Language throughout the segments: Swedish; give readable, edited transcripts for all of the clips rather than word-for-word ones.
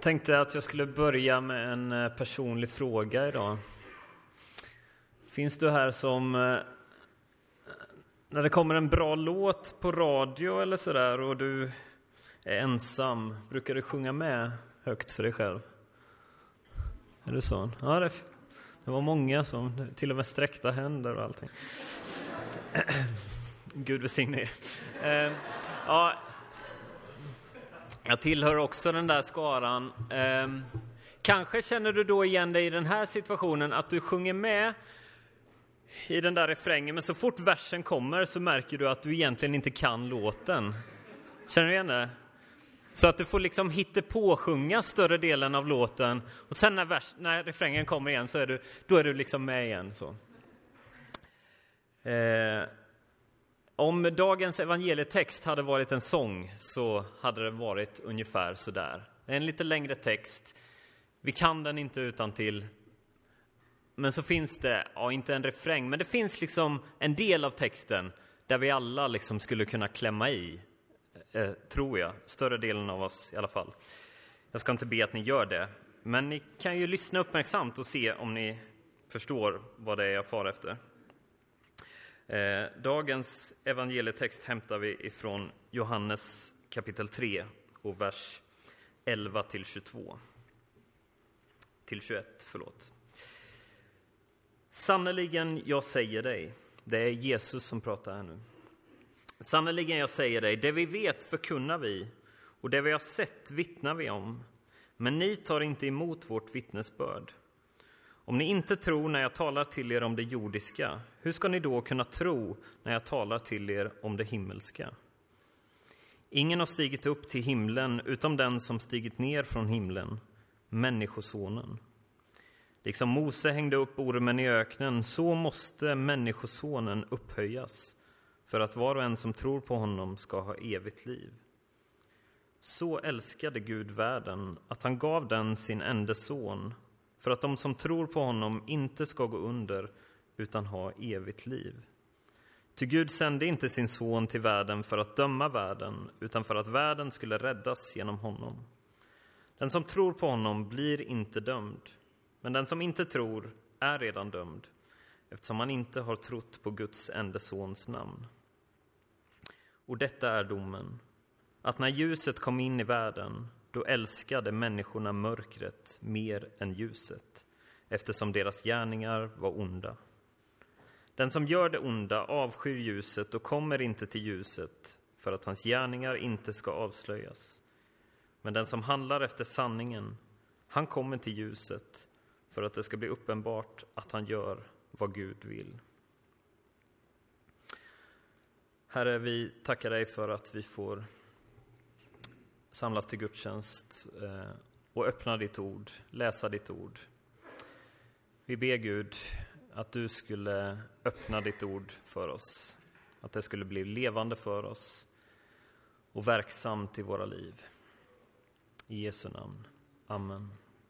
Tänkte att jag skulle börja med en personlig fråga idag. Finns du här som, när det kommer en bra låt på radio eller sådär och du är ensam, brukar du sjunga med högt för dig själv? Är det så? Ja, det var många som till och med sträckta händer och allting. Gud välsigne er. Ja, jag tillhör också den där skaran. Kanske känner du då igen dig i den här situationen att du sjunger med i den där refrängen, men så fort versen kommer så märker du att du egentligen inte kan låten. Känner du igen det? Så att du får liksom hitta på sjunga större delen av låten och sen när refrängen kommer igen så är du liksom med igen så. Om dagens evangelietext hade varit en sång så hade det varit ungefär så där. En lite längre text. Vi kan den inte utantill. Men så finns det, inte en refräng, men det finns liksom en del av texten där vi alla liksom skulle kunna klämma i. Tror jag. Större delen av oss i alla fall. Jag ska inte be att ni gör det. Men ni kan ju lyssna uppmärksamt och se om ni förstår vad det är jag far efter. Dagens evangelietext hämtar vi ifrån Johannes kapitel 3 och vers 11 till 22. Till 21, förlåt. Sannoliken jag säger dig, det är Jesus som pratar här nu. Sannoliken jag säger dig, det vi vet förkunnar vi och det vi har sett vittnar vi om. Men ni tar inte emot vårt vittnesbörd. Om ni inte tror när jag talar till er om det jordiska, hur ska ni då kunna tro när jag talar till er om det himmelska? Ingen har stigit upp till himlen utom den som stigit ner från himlen, människosonen. Liksom Mose hängde upp ormen i öknen, så måste människosonen upphöjas, för att var och en som tror på honom ska ha evigt liv. Så älskade Gud världen att han gav den sin enda son, för att de som tror på honom inte ska gå under utan ha evigt liv. Ty Gud sände inte sin son till världen för att döma världen, utan för att världen skulle räddas genom honom. Den som tror på honom blir inte dömd, men den som inte tror är redan dömd, eftersom han inte har trott på Guds enda sons namn. Och detta är domen, att när ljuset kom in i världen, då älskade människorna mörkret mer än ljuset, eftersom deras gärningar var onda. Den som gör det onda avskyr ljuset och kommer inte till ljuset, för att hans gärningar inte ska avslöjas. Men den som handlar efter sanningen, han kommer till ljuset, för att det ska bli uppenbart att han gör vad Gud vill. Herre, vi tackar dig för att vi får samlas till gudstjänst och öppna ditt ord, läsa ditt ord. Vi ber Gud att du skulle öppna ditt ord för oss, att det skulle bli levande för oss och verksamt i våra liv. I Jesu namn. Amen.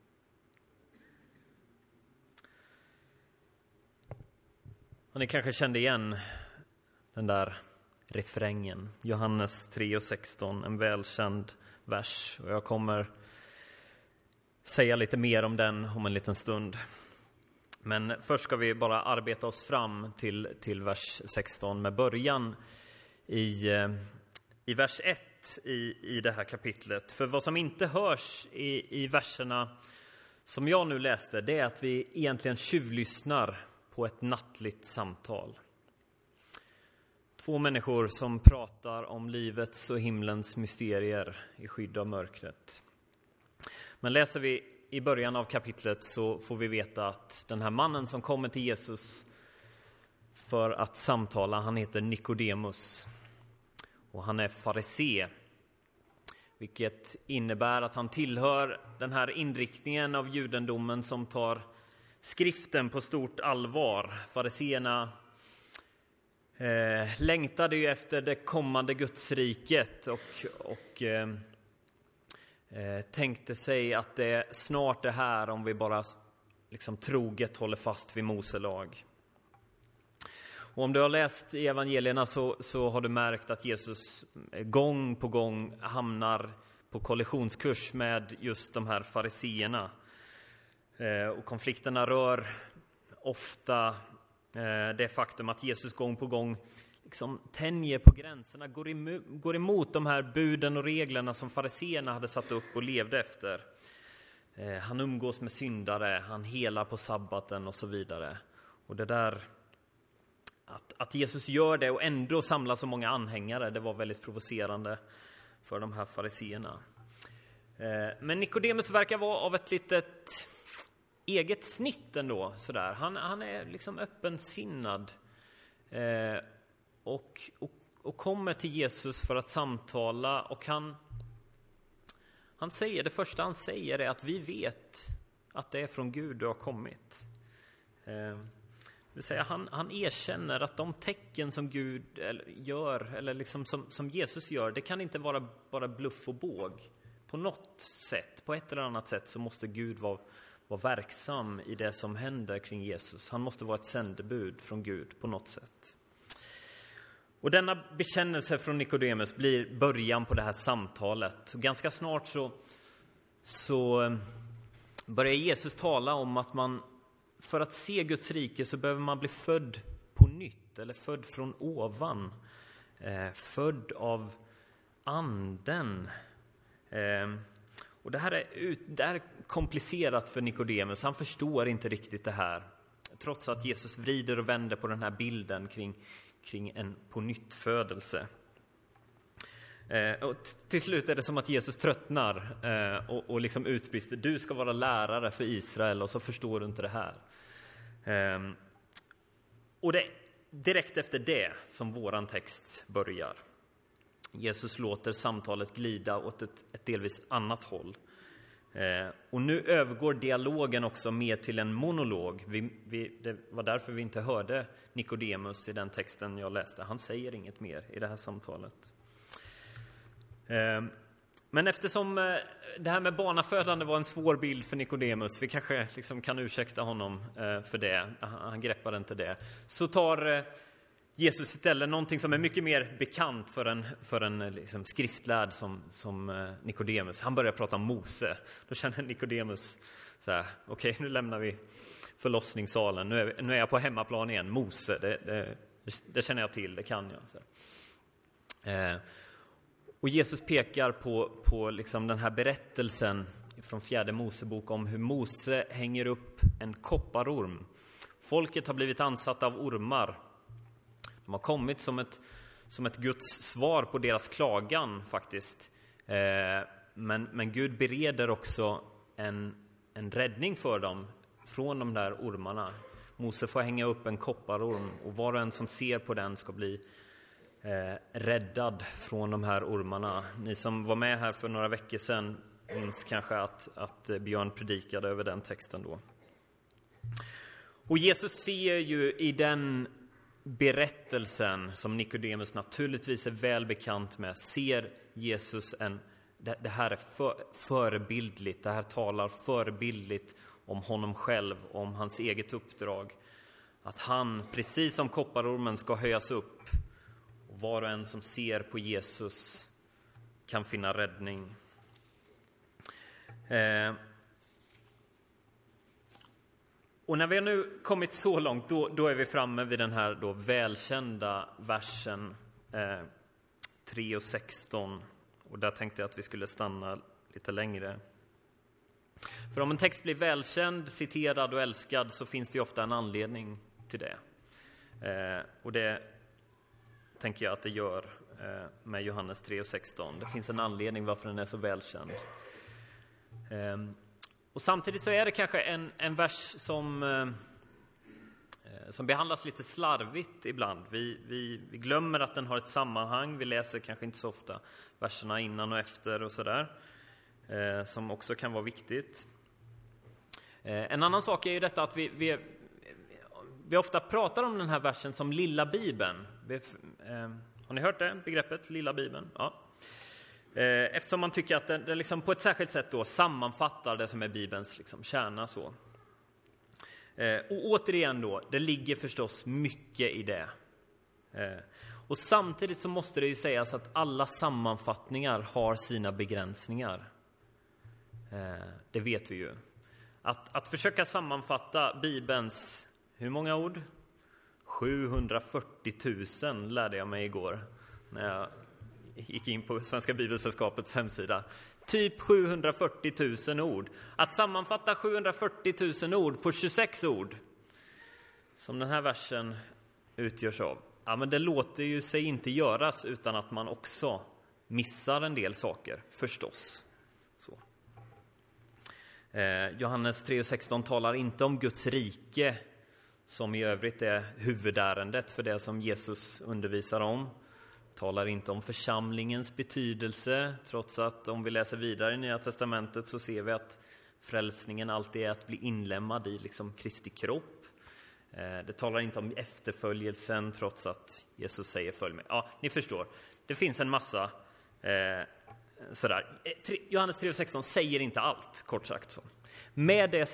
Och ni kanske kände igen den där refrängen. Johannes 3:16, en välkänd vers. Och jag kommer säga lite mer om den om en liten stund. Men först ska vi bara arbeta oss fram till vers 16 med början i vers 1 i det här kapitlet. För vad som inte hörs i verserna som jag nu läste, det är att vi egentligen tjuvlyssnar på ett nattligt samtal. Två människor som pratar om livets och himlens mysterier i skydd av mörkret. Men läser vi i början av kapitlet så får vi veta att den här mannen som kommer till Jesus för att samtala, han heter Nikodemus. Och han är farisé, vilket innebär att han tillhör den här inriktningen av judendomen som tar skriften på stort allvar. Fariséerna längtade ju efter det kommande Gudsriket och tänkte sig att det snart är här om vi bara liksom troget håller fast vid Mose lag. Och om du har läst i evangelierna så har du märkt att Jesus gång på gång hamnar på kollisionskurs med just de här fariseerna. Och konflikterna rör ofta det faktum att Jesus gång på gång liksom tänjer på gränserna, går emot de här buden och reglerna som fariseerna hade satt upp och levde efter. Han umgås med syndare, han helar på sabbaten och så vidare. Och det där, att Jesus gör det och ändå samlar så många anhängare, det var väldigt provocerande för de här fariseerna. Men Nikodemus verkar vara av ett litet eget snitt ändå. Sådär. Han är liksom öppensinnad och kommer till Jesus för att samtala. Och han säger, det första han säger är att vi vet att det är från Gud du har kommit. Det vill säga han erkänner att de tecken som Gud gör, eller liksom som Jesus gör, det kan inte vara bara bluff och båg. På något sätt, på ett eller annat sätt, så måste Gud vara verksam i det som händer kring Jesus. Han måste vara ett sändebud från Gud på något sätt. Och denna bekännelse från Nikodemus blir början på det här samtalet. Och ganska snart så börjar Jesus tala om att man för att se Guds rike så behöver man bli född på nytt, eller född från ovan. Född av anden. Och det här är komplicerat för Nikodemus. Han förstår inte riktigt det här. Trots att Jesus vrider och vänder på den här bilden kring en pånyttfödelse. Och till slut är det som att Jesus tröttnar och liksom utbrister: du ska vara lärare för Israel, och så förstår du inte det här. Och det är direkt efter det som våran text börjar. Jesus låter samtalet glida åt ett delvis annat håll. Och nu övergår dialogen också mer till en monolog. Det var därför vi inte hörde Nikodemus i den texten jag läste. Han säger inget mer i det här samtalet. Men eftersom det här med barnafödande var en svår bild för Nikodemus, vi kanske liksom kan ursäkta honom för det, han greppade inte det, så tar Jesus istället någonting som är mycket mer bekant för en liksom skriftlärd som Nikodemus. Han börjar prata om Mose. Då känner Nikodemus så här: okej, nu lämnar vi förlossningssalen, nu är jag på hemmaplan igen. Mose, det känner jag till, det kan jag. Så och Jesus pekar på liksom den här berättelsen från 4:e Mosebok om hur Mose hänger upp en kopparorm. Folket har blivit ansatta av ormar. De har kommit som ett Guds svar på deras klagan faktiskt. Men Gud bereder också en räddning för dem från de där ormarna. Mose får hänga upp en kopparorm, och var och en som ser på den ska bli räddad från de här ormarna. Ni som var med här för några veckor sedan minns kanske att Björn predikade över den texten då. Och Jesus ser ju i den berättelsen, som Nikodemus naturligtvis är väl bekant med, ser Jesus det här är förebildligt. Det här talar förebildligt om honom själv, om hans eget uppdrag. Att han, precis som kopparormen, ska höjas upp. Och var och en som ser på Jesus kan finna räddning. Och när vi har nu kommit så långt, då är vi framme vid den här då välkända versen 3:16. Och där tänkte jag att vi skulle stanna lite längre. För om en text blir välkänd, citerad och älskad, så finns det ju ofta en anledning till det. Och det tänker jag att det gör med Johannes 3:16. Det finns en anledning varför den är så välkänd. Och samtidigt så är det kanske en vers som behandlas lite slarvigt ibland. Vi glömmer att den har ett sammanhang. Vi läser kanske inte så ofta verserna innan och efter och sådär, som också kan vara viktigt. En annan sak är ju detta att vi ofta pratar om den här versen som lilla Bibeln. Har ni hört det begreppet, lilla Bibeln? Ja. Eftersom man tycker att den liksom på ett särskilt sätt då sammanfattar det som är Bibelns liksom kärna. Så. Och återigen då, det ligger förstås mycket i det. Och samtidigt så måste det ju sägas att alla sammanfattningar har sina begränsningar. Det vet vi ju. Att försöka sammanfatta Bibelns, hur många ord? 740 000 lärde jag mig igår när jag gick in på Svenska Bibelsällskapets hemsida. Typ 740 000 ord. Att sammanfatta 740 000 ord på 26 ord, som den här versen utgörs av. Ja, men det låter ju sig inte göras utan att man också missar en del saker, förstås. Så. Johannes 3:16 talar inte om Guds rike, som i övrigt är huvudärendet för det som Jesus undervisar om. Talar inte om församlingens betydelse, trots att om vi läser vidare i Nya testamentet så ser vi att frälsningen alltid är att bli inlämmad i liksom Kristi kropp. Det talar inte om efterföljelsen, trots att Jesus säger följ mig. Ja, ni förstår. Det finns en massa sådär. Johannes 3:16 säger inte allt, kort sagt. Så. Med det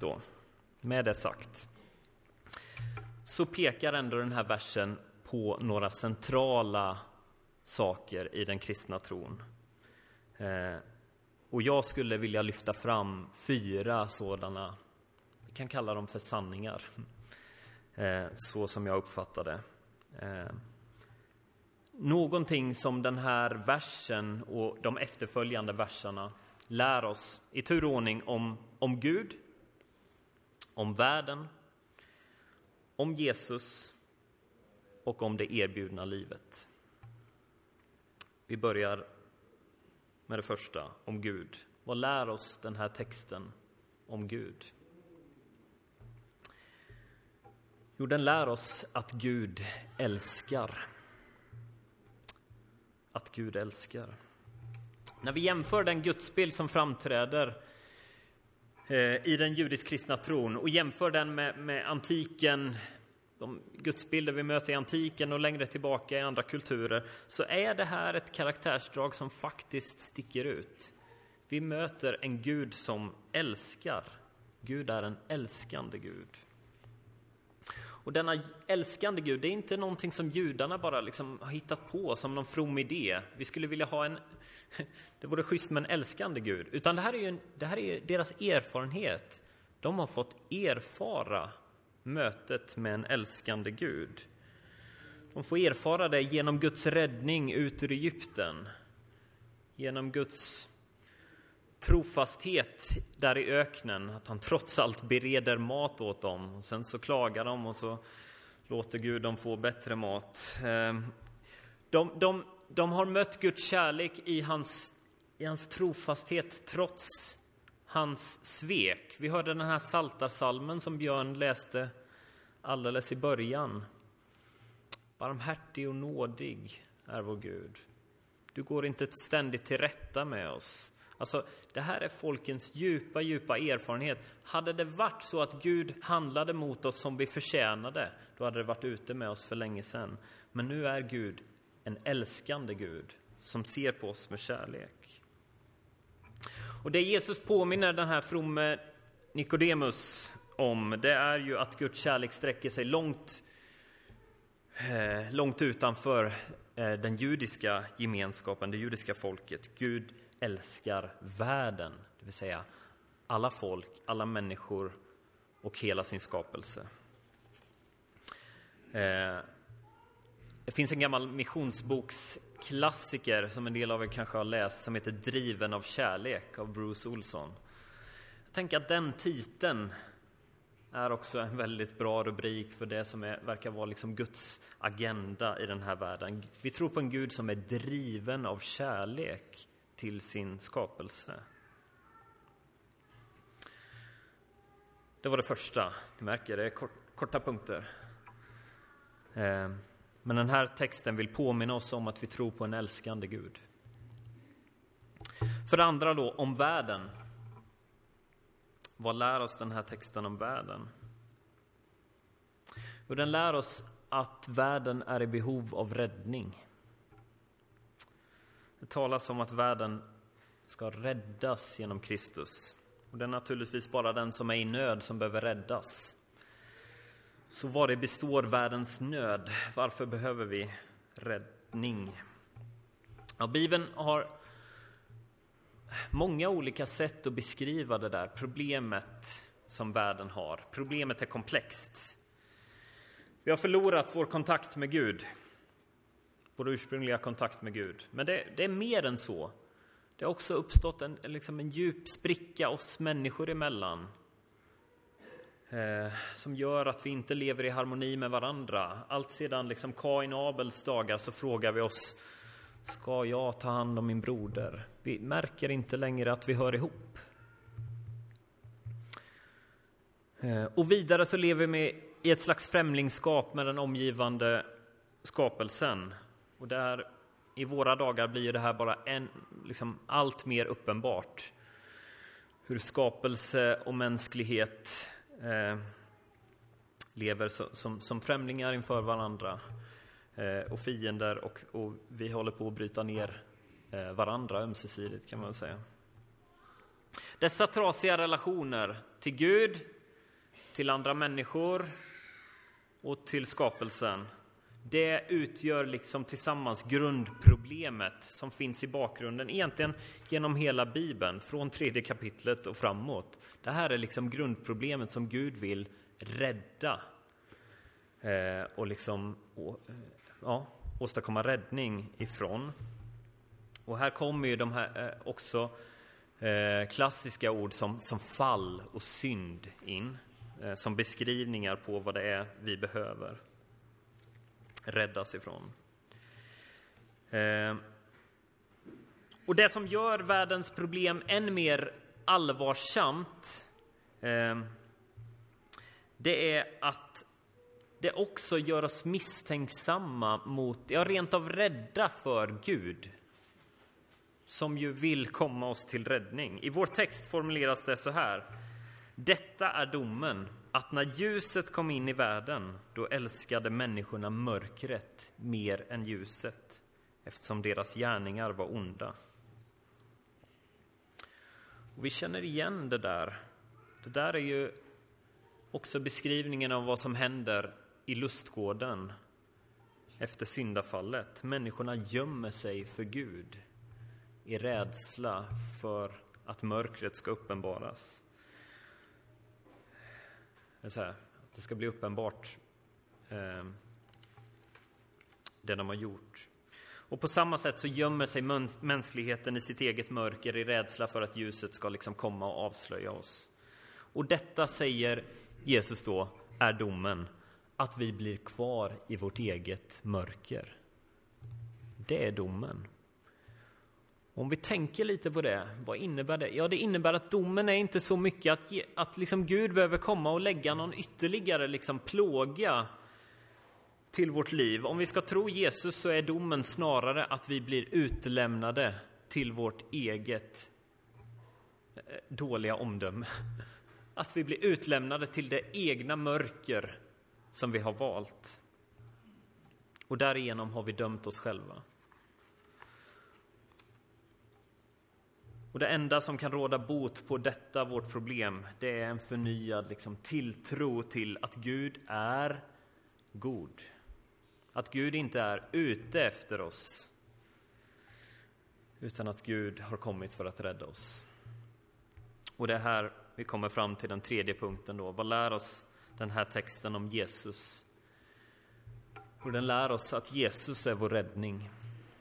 sagt så pekar ändå den här versen på några centrala saker i den kristna tron. Och jag skulle vilja lyfta fram 4 sådana, vi kan kalla dem för sanningar, så som jag uppfattar det. Någonting som den här versen och de efterföljande verserna lär oss i turordning om Gud, om världen, om Jesus och om det erbjudna livet. Vi börjar med det första, om Gud. Vad lär oss den här texten om Gud? Jo, den lär oss att Gud älskar. Att Gud älskar. När vi jämför den gudsbild som framträder i den judisk-kristna tron och jämför den med antiken, de gudsbilder vi möter i antiken och längre tillbaka i andra kulturer, så är det här ett karaktärsdrag som faktiskt sticker ut. Vi möter en Gud som älskar. Gud är en älskande Gud. Och denna älskande Gud, det är inte någonting som judarna bara liksom har hittat på som någon from idé. Vi skulle vilja ha det vore schysst med en älskande Gud. Utan det här är deras erfarenhet. De har fått erfara mötet med en älskande Gud. De får erfara det genom Guds räddning ut ur Egypten. Genom Guds trofasthet där i öknen, att han trots allt bereder mat åt dem. Och sen så klagar de och så låter Gud dem få bättre mat. De har mött Guds kärlek i hans trofasthet trots hans svek. Vi hörde den här Psaltarpsalmen som Björn läste alldeles i början. Barmhärtig och nådig är vår Gud. Du går inte ständigt till rätta med oss. Alltså, det här är folkens djupa erfarenhet. Hade det varit så att Gud handlade mot oss som vi förtjänade, då hade det varit ute med oss för länge sedan. Men nu är Gud en älskande Gud som ser på oss med kärlek. Och det Jesus påminner den här fromme Nikodemus om, det är ju att Guds kärlek sträcker sig långt utanför den judiska gemenskapen, det judiska folket. Gud älskar världen, det vill säga alla folk, alla människor och hela sin skapelse. Det finns en gammal missionsboksklassiker som en del av er kanske har läst som heter Driven av kärlek av Bruce Olson. Jag tänker att den titeln är också en väldigt bra rubrik för det som verkar vara liksom Guds agenda i den här världen. Vi tror på en Gud som är driven av kärlek till sin skapelse. Det var det första. Ni märker, det är korta punkter. Men den här texten vill påminna oss om att vi tror på en älskande Gud. För det andra då, om världen. Vad lär oss den här texten om världen? Och den lär oss att världen är i behov av räddning. Det talas om att världen ska räddas genom Kristus. Och det är naturligtvis bara den som är i nöd som behöver räddas. Så vad det består världens nöd? Varför behöver vi räddning. Ja, Bibeln har många olika sätt att beskriva det där problemet som världen har. Problemet är komplext. Vi har förlorat vår kontakt med Gud. Vår ursprungliga kontakt med Gud. Men det är mer än så. Det har också uppstått en djup spricka oss människor emellan. Som gör att vi inte lever i harmoni med varandra. Allt sedan Kain och Abels dagar så frågar vi oss: ska jag ta hand om min broder? Vi märker inte längre att vi hör ihop. Och vidare så lever vi i ett slags främlingskap med den omgivande skapelsen. Och där i våra dagar blir det här bara allt mer uppenbart. Hur skapelse och mänsklighet lever som främlingar inför varandra och fiender, och vi håller på att bryta ner varandra ömsesidigt, kan man säga. Dessa trasiga relationer till Gud, till andra människor och till skapelsen, det utgör tillsammans grundproblemet som finns i bakgrunden egentligen genom hela Bibeln, från 3:e kapitlet och framåt. Det här är grundproblemet som Gud vill rädda och åstadkomma räddning ifrån. Och här kommer ju de här också klassiska ord som fall och synd in, som beskrivningar på vad det är vi behöver räddas ifrån. Och det som gör världens problem än mer allvarsamt, det är att det också gör oss misstänksamma mot, rent av rädda för Gud, som ju vill komma oss till räddning. I vår text formuleras det så här: detta är domen, att när ljuset kom in i världen, då älskade människorna mörkret mer än ljuset, eftersom deras gärningar var onda. Och vi känner igen det där. Det där är ju också beskrivningen av vad som händer i lustgården efter syndafallet. Människorna gömmer sig för Gud i rädsla för att mörkret ska uppenbaras. Att det ska bli uppenbart det de har gjort. Och på samma sätt så gömmer sig mänskligheten i sitt eget mörker i rädsla för att ljuset ska komma och avslöja oss. Och detta, säger Jesus då, är domen, att vi blir kvar i vårt eget mörker. Det är domen. Om vi tänker lite på det, vad innebär det? Ja, det innebär att domen är inte så mycket att Gud behöver komma och lägga någon ytterligare plåga till vårt liv. Om vi ska tro Jesus så är domen snarare att vi blir utlämnade till vårt eget dåliga omdöme. Att vi blir utlämnade till det egna mörker som vi har valt. Och därigenom har vi dömt oss själva. Och det enda som kan råda bot på detta vårt problem, det är en förnyad tilltro till att Gud är god. Att Gud inte är ute efter oss, utan att Gud har kommit för att rädda oss. Och det är här vi kommer fram till den tredje punkten då. Vad lär oss den här texten om Jesus? Och den lär oss att Jesus är vår räddning.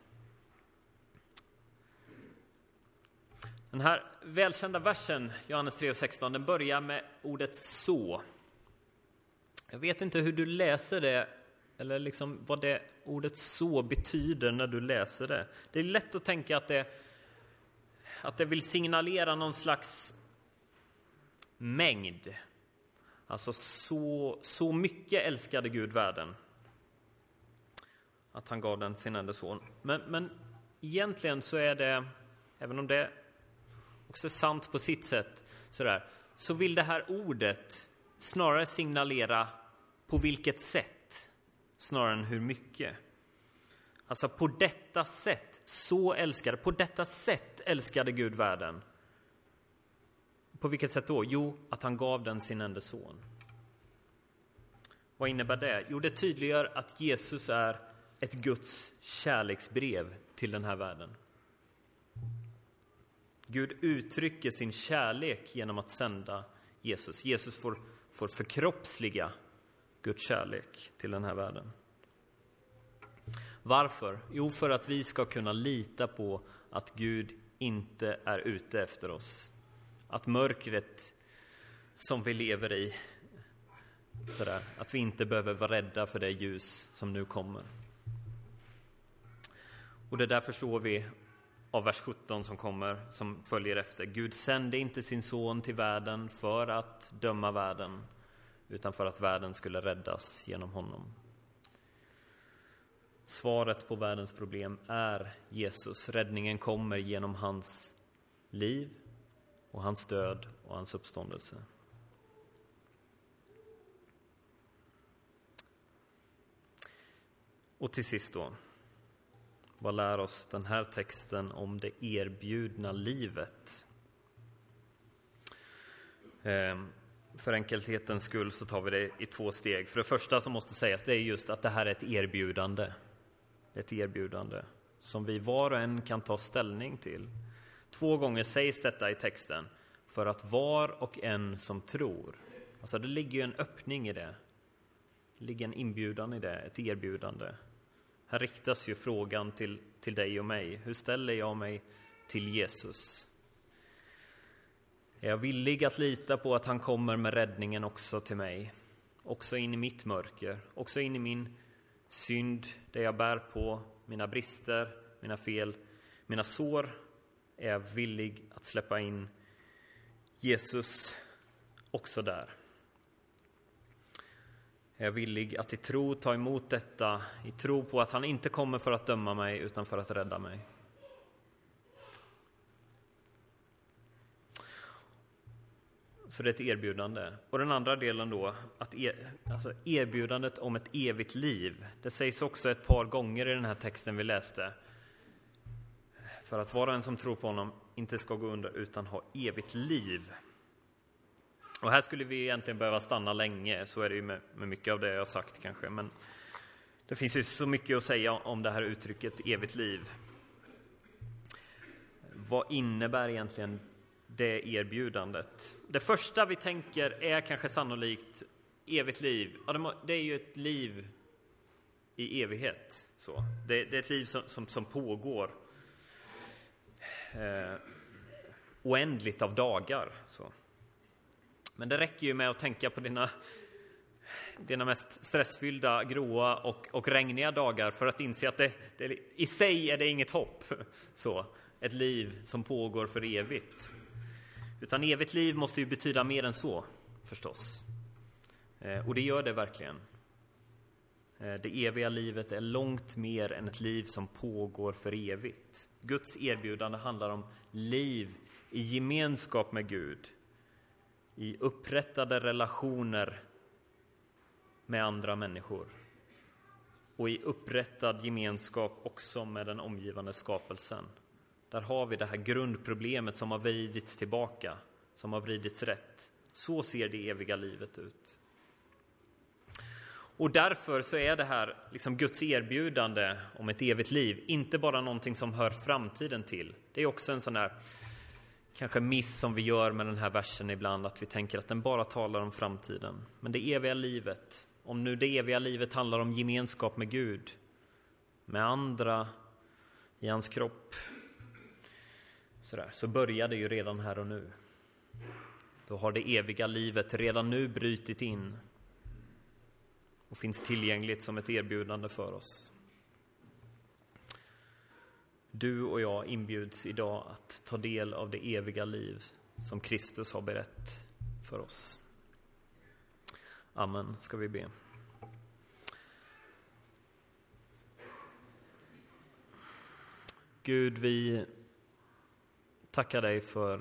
Den här välkända versen, Johannes 3:16, den börjar med ordet så. Jag vet inte hur du läser det, eller vad det ordet så betyder när du läser det. Det är lätt att tänka att det vill signalera någon slags mängd. Alltså så mycket älskade Gud världen att han gav den sin enda son. Men egentligen så är det, även om det också är sant på sitt sätt, så vill det här ordet snarare signalera på vilket sätt, snarare än hur mycket. Alltså på detta sätt, på detta sätt älskade Gud världen. På vilket sätt då? Jo, att han gav den sin enda son. Vad innebär det? Jo, det tydliggör att Jesus är ett Guds kärleksbrev till den här världen. Gud uttrycker sin kärlek genom att sända Jesus. Jesus får förkroppsliga Guds kärlek till den här världen. Varför? Jo, för att vi ska kunna lita på att Gud inte är ute efter oss. Att mörkret som vi lever i, att vi inte behöver vara rädda för det ljus som nu kommer. Och det där förstår vi av vers 17 som följer efter. Gud sände inte sin son till världen för att döma världen, utan för att världen skulle räddas genom honom. Svaret på världens problem är Jesus. Räddningen kommer genom hans liv och hans död och hans uppståndelse. Och till sist då, vad lär oss den här texten om det erbjudna livet? För enkelhetens skull så tar vi det i 2 steg. För det första som måste sägas, det är just att det här är ett erbjudande. Ett erbjudande som vi var och en kan ta ställning till. 2 gånger sägs detta i texten. För att var och en som tror. Alltså det ligger ju en öppning i det. Det ligger en inbjudan i det, ett erbjudande. Här riktas ju frågan till dig och mig. Hur ställer jag mig till Jesus? Är jag villig att lita på att han kommer med räddningen också till mig? Också in i mitt mörker, också in i min synd, det jag bär på, mina brister, mina fel, mina sår. Är jag villig att släppa in Jesus också där? Är jag villig att i tro ta emot detta, i tro på att han inte kommer för att döma mig utan för att rädda mig? Så det är ett erbjudande. Och den andra delen då, att erbjudandet om ett evigt liv. Det sägs också ett par gånger i den här texten vi läste. För att var och en som tror på honom inte ska gå under utan ha evigt liv. Och här skulle vi egentligen behöva stanna länge. Så är det ju med mycket av det jag har sagt kanske. Men det finns ju så mycket att säga om det här uttrycket evigt liv. Vad innebär egentligen det erbjudandet? Det första vi tänker är kanske sannolikt evigt liv. Ja, det är ju ett liv i evighet. Så. Det är ett liv som pågår oändligt av dagar. Så. Men det räcker ju med att tänka på dina mest stressfyllda, gråa och regniga dagar för att inse att det i sig är det inget hopp. Så, ett liv som pågår för evigt. Utan evigt liv måste ju betyda mer än så, förstås. Och det gör det verkligen. Det eviga livet är långt mer än ett liv som pågår för evigt. Guds erbjudande handlar om liv i gemenskap med Gud. I upprättade relationer med andra människor. Och i upprättad gemenskap också med den omgivande skapelsen. Där har vi det här grundproblemet som har vridits tillbaka, som har vridits rätt. Så ser det eviga livet ut. Och därför så är det här liksom Guds erbjudande om ett evigt liv inte bara någonting som hör framtiden till. Det är också en sån här kanske miss som vi gör med den här versen ibland, att vi tänker att den bara talar om framtiden. Men det eviga livet, om nu det eviga livet handlar om gemenskap med Gud, med andra i hans kropp, så börjar det ju redan här och nu. Då har det eviga livet redan nu brutit in och finns tillgängligt som ett erbjudande för oss. Du och jag inbjuds idag att ta del av det eviga liv som Kristus har berett för oss. Amen, ska vi be. Gud, vi tackar dig för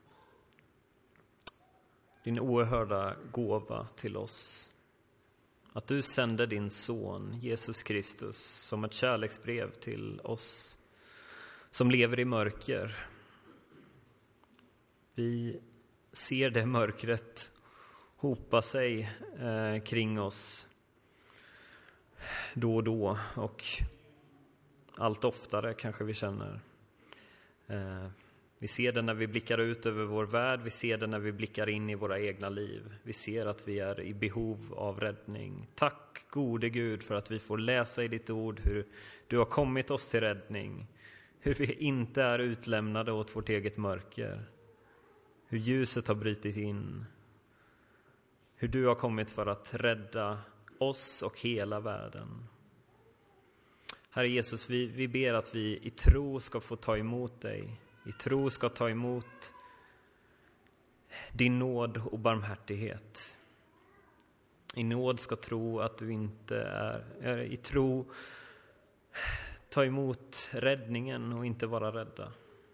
din oerhörda gåva till oss. Att du sände din son, Jesus Kristus, som ett kärleksbrev till oss som lever i mörker. Vi ser det mörkret hopa sig kring oss. då och då, och allt oftare kanske vi känner. Vi ser det när vi blickar ut över vår värld, vi ser det när vi blickar in i våra egna liv. Vi ser att vi är i behov av räddning. Tack gode Gud för att vi får läsa i ditt ord hur du har kommit oss till räddning. Hur vi inte är utlämnade åt vårt eget mörker. Hur ljuset har brutit in. Hur du har kommit för att rädda oss och hela världen. Herre Jesus, vi ber att vi i tro ska få ta emot dig. I tro ska ta emot din nåd och barmhärtighet. I nåd ska tro att du inte är i tro ta emot räddningen och inte vara rädda.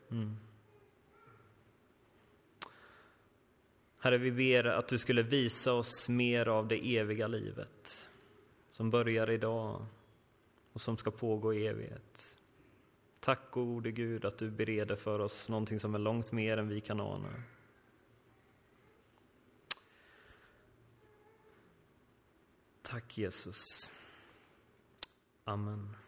Herre, vi ber att du skulle visa oss mer av det eviga livet som börjar idag och som ska pågå i evighet. Tack gode Gud att du bereder för oss någonting som är långt mer än vi kan ana. Tack Jesus. Amen.